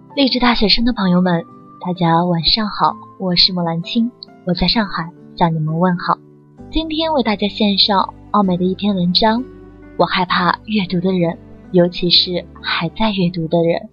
励志大学生的朋友们，大家晚上好，我是莫兰青，我在上海向你们问好。今天为大家献上奥美的一篇文章，我害怕阅读的人，尤其是还在阅读的人。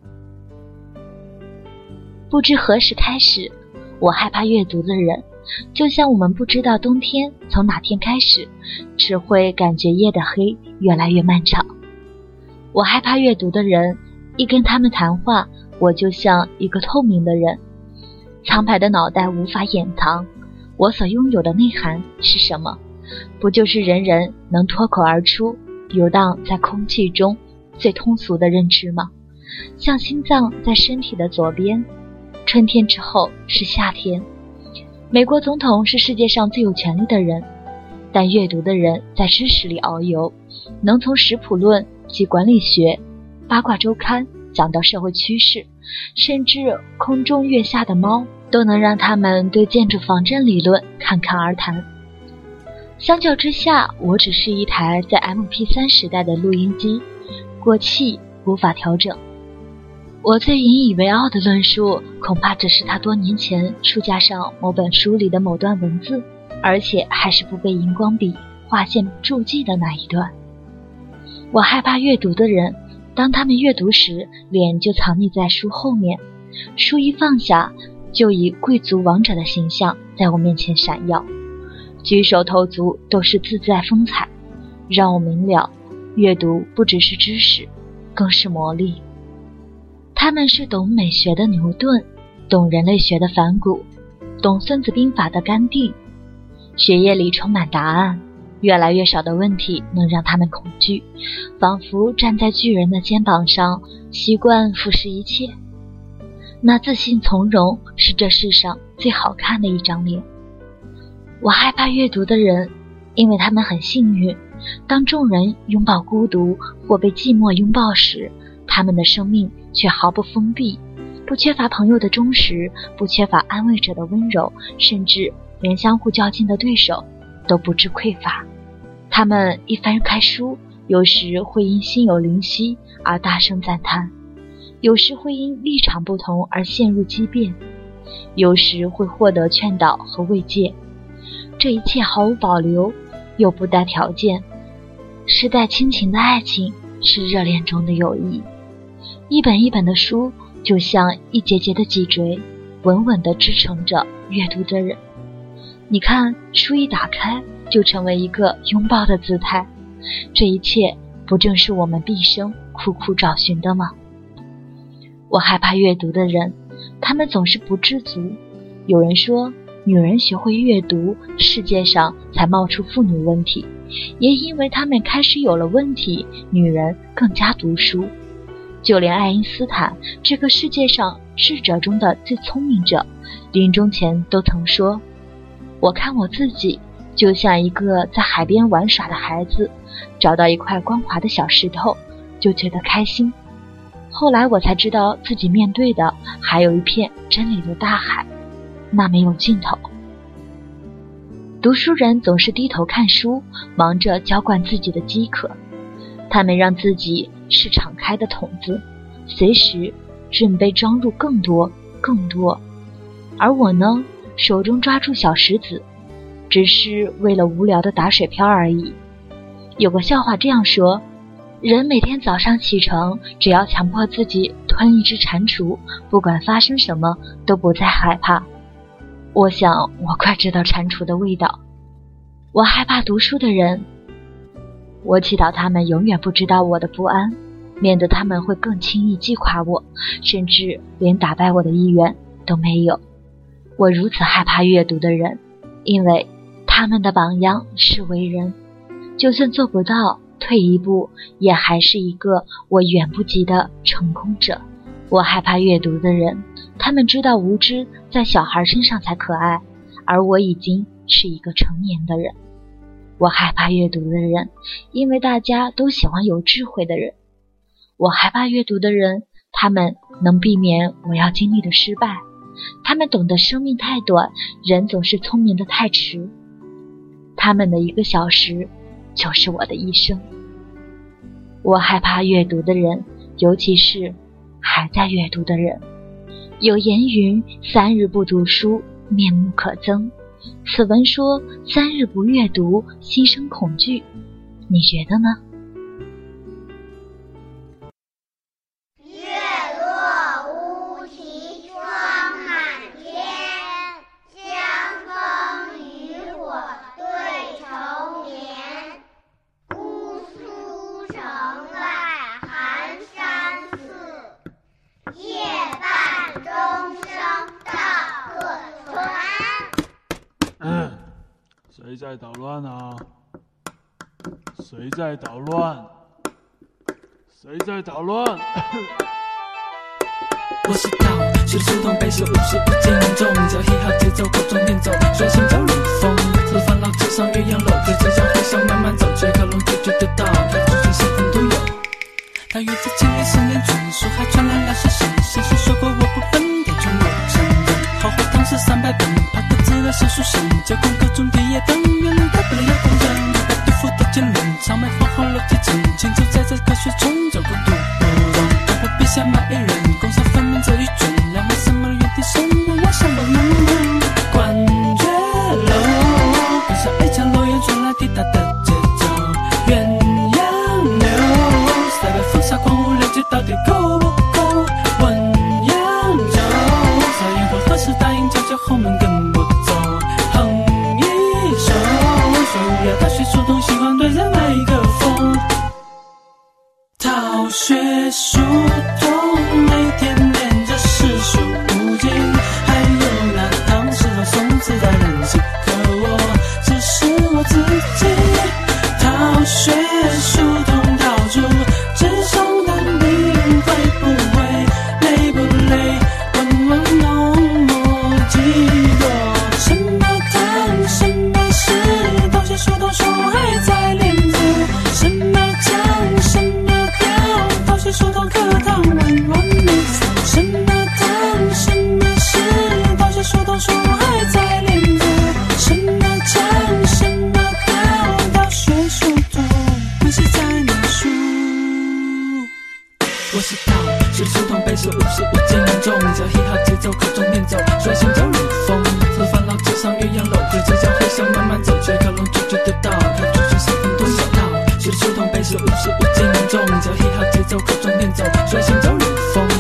不知何时开始，我害怕阅读的人，就像我们不知道冬天从哪天开始，只会感觉夜的黑越来越漫长。我害怕阅读的人，一跟他们谈话，我就像一个透明的人，苍白的脑袋无法掩藏我所拥有的内涵是什么，不就是人人能脱口而出，游荡在空气中最通俗的认知吗？像心脏在身体的左边，春天之后是夏天。美国总统是世界上最有权力的人，但阅读的人在知识里遨游，能从食谱论及管理学、八卦周刊讲到社会趋势，甚至空中月下的猫都能让他们对建筑防震理论侃侃而谈。相较之下，我只是一台在 MP3 时代的录音机，过气无法调整。我最引以为傲的论述，恐怕只是他多年前书架上某本书里的某段文字，而且还是不被荧光笔划线注记的那一段。我害怕阅读的人，当他们阅读时，脸就藏匿在书后面，书一放下，就以贵族王者的形象在我面前闪耀，举手投足都是自在风采，让我明了，阅读不只是知识，更是魔力。他们是懂美学的牛顿，懂人类学的梵谷，懂孙子兵法的甘地，血液里充满答案，越来越少的问题能让他们恐惧，仿佛站在巨人的肩膀上，习惯俯视一切。那自信从容是这世上最好看的一张脸。我害怕阅读的人，因为他们很幸运，当众人拥抱孤独或被寂寞拥抱时，他们的生命却毫不封闭，不缺乏朋友的忠实，不缺乏安慰者的温柔，甚至连相互较劲的对手都不知匮乏。他们一翻开书，有时会因心有灵犀而大声赞叹，有时会因立场不同而陷入激辩，有时会获得劝导和慰藉。这一切毫无保留，又不带条件，是带亲情的爱情，是热恋中的友谊。一本一本的书，就像一节节的脊椎，稳稳地支撑着阅读的人。你看，书一打开，就成为一个拥抱的姿态，这一切不正是我们毕生苦苦找寻的吗？我害怕阅读的人，他们总是不知足。有人说，女人学会阅读，世界上才冒出妇女问题，也因为他们开始有了问题，女人更加读书。就连爱因斯坦，这个世界上智者中的最聪明者，临终前都曾说，我看我自己就像一个在海边玩耍的孩子，找到一块光滑的小石头就觉得开心。后来我才知道，自己面对的还有一片真理的大海，那没有尽头。读书人总是低头看书，忙着浇灌自己的饥渴，他们让自己是敞开的桶子，随时准备装入更多更多。而我呢，手中抓住小石子，只是为了无聊的打水漂而已。有个笑话这样说，人每天早上起床，只要强迫自己吞一只蟾蜍，不管发生什么都不再害怕。我想我快知道蟾蜍的味道。我害怕读书的人，我祈祷他们永远不知道我的不安，免得他们会更轻易击垮我，甚至连打败我的意愿都没有。我如此害怕阅读的人，因为他们的榜样是为人，就算做不到，退一步也还是一个我远不及的成功者。我害怕阅读的人，他们知道无知在小孩身上才可爱，而我已经是一个成年的人。我害怕阅读的人，因为大家都喜欢有智慧的人。我害怕阅读的人，他们能避免我要经历的失败，他们懂得生命太短，人总是聪明的太迟。他们的1个小时就是我的一生。我害怕阅读的人，尤其是还在阅读的人。 有言云：3日不读书，面目可憎。此文说3日不阅读，心生恐惧。你觉得呢？ 谁在捣乱啊？谁在捣乱？谁在捣乱？ 我是道，学书童背手无时无尽重，脚踢好节奏，口中念咒，专心走如风。路烦恼之上岳阳楼，对着小和尚慢慢走，最靠拢解决得到，开出去身份都有。大约在千年10年传说还传来那些神仙说过我不分别中我承认，好坏汤匙300本，怕得自了神书神，就空各种地也等，原来大不了要公认，不对付的结论，草莓花红楼梯阵，行走在这科学中就孤独不容，打破笔下骂一人，共赏分明这一准，两位什么原地生活，我想我能观月楼，跟上一场楼檐传来滴答的节奏，鸳鸯流，塞北风沙狂舞了解到底够不够，温阳酒，在烟火何时答应悄悄后门跟我走，哼一首，说无聊大学书童喜欢对着麦克风，逃学书童每天练着诗书无尽，还有那唐诗和宋词在人心，可我只是我自己。逃学书童逃出纸上谈兵，会不会累不累？问问浓墨几多？什么唐什么诗？逃学书童说还在练字。什么腔什么调？逃学书童课堂问问你。什么唐什么诗？逃学书童说还在练字。什么腔什么调？逃学书童不是在念书。我是逃学书童背手无时无尽重，脚踢好节奏，口中念咒，率性走如风。自烦恼之上岳阳楼，对着小和尚慢慢走，最靠拢就觉得到，开出去身份多小道。学书童背手无时无尽重，脚踢好节奏，口中念咒，率性走如风。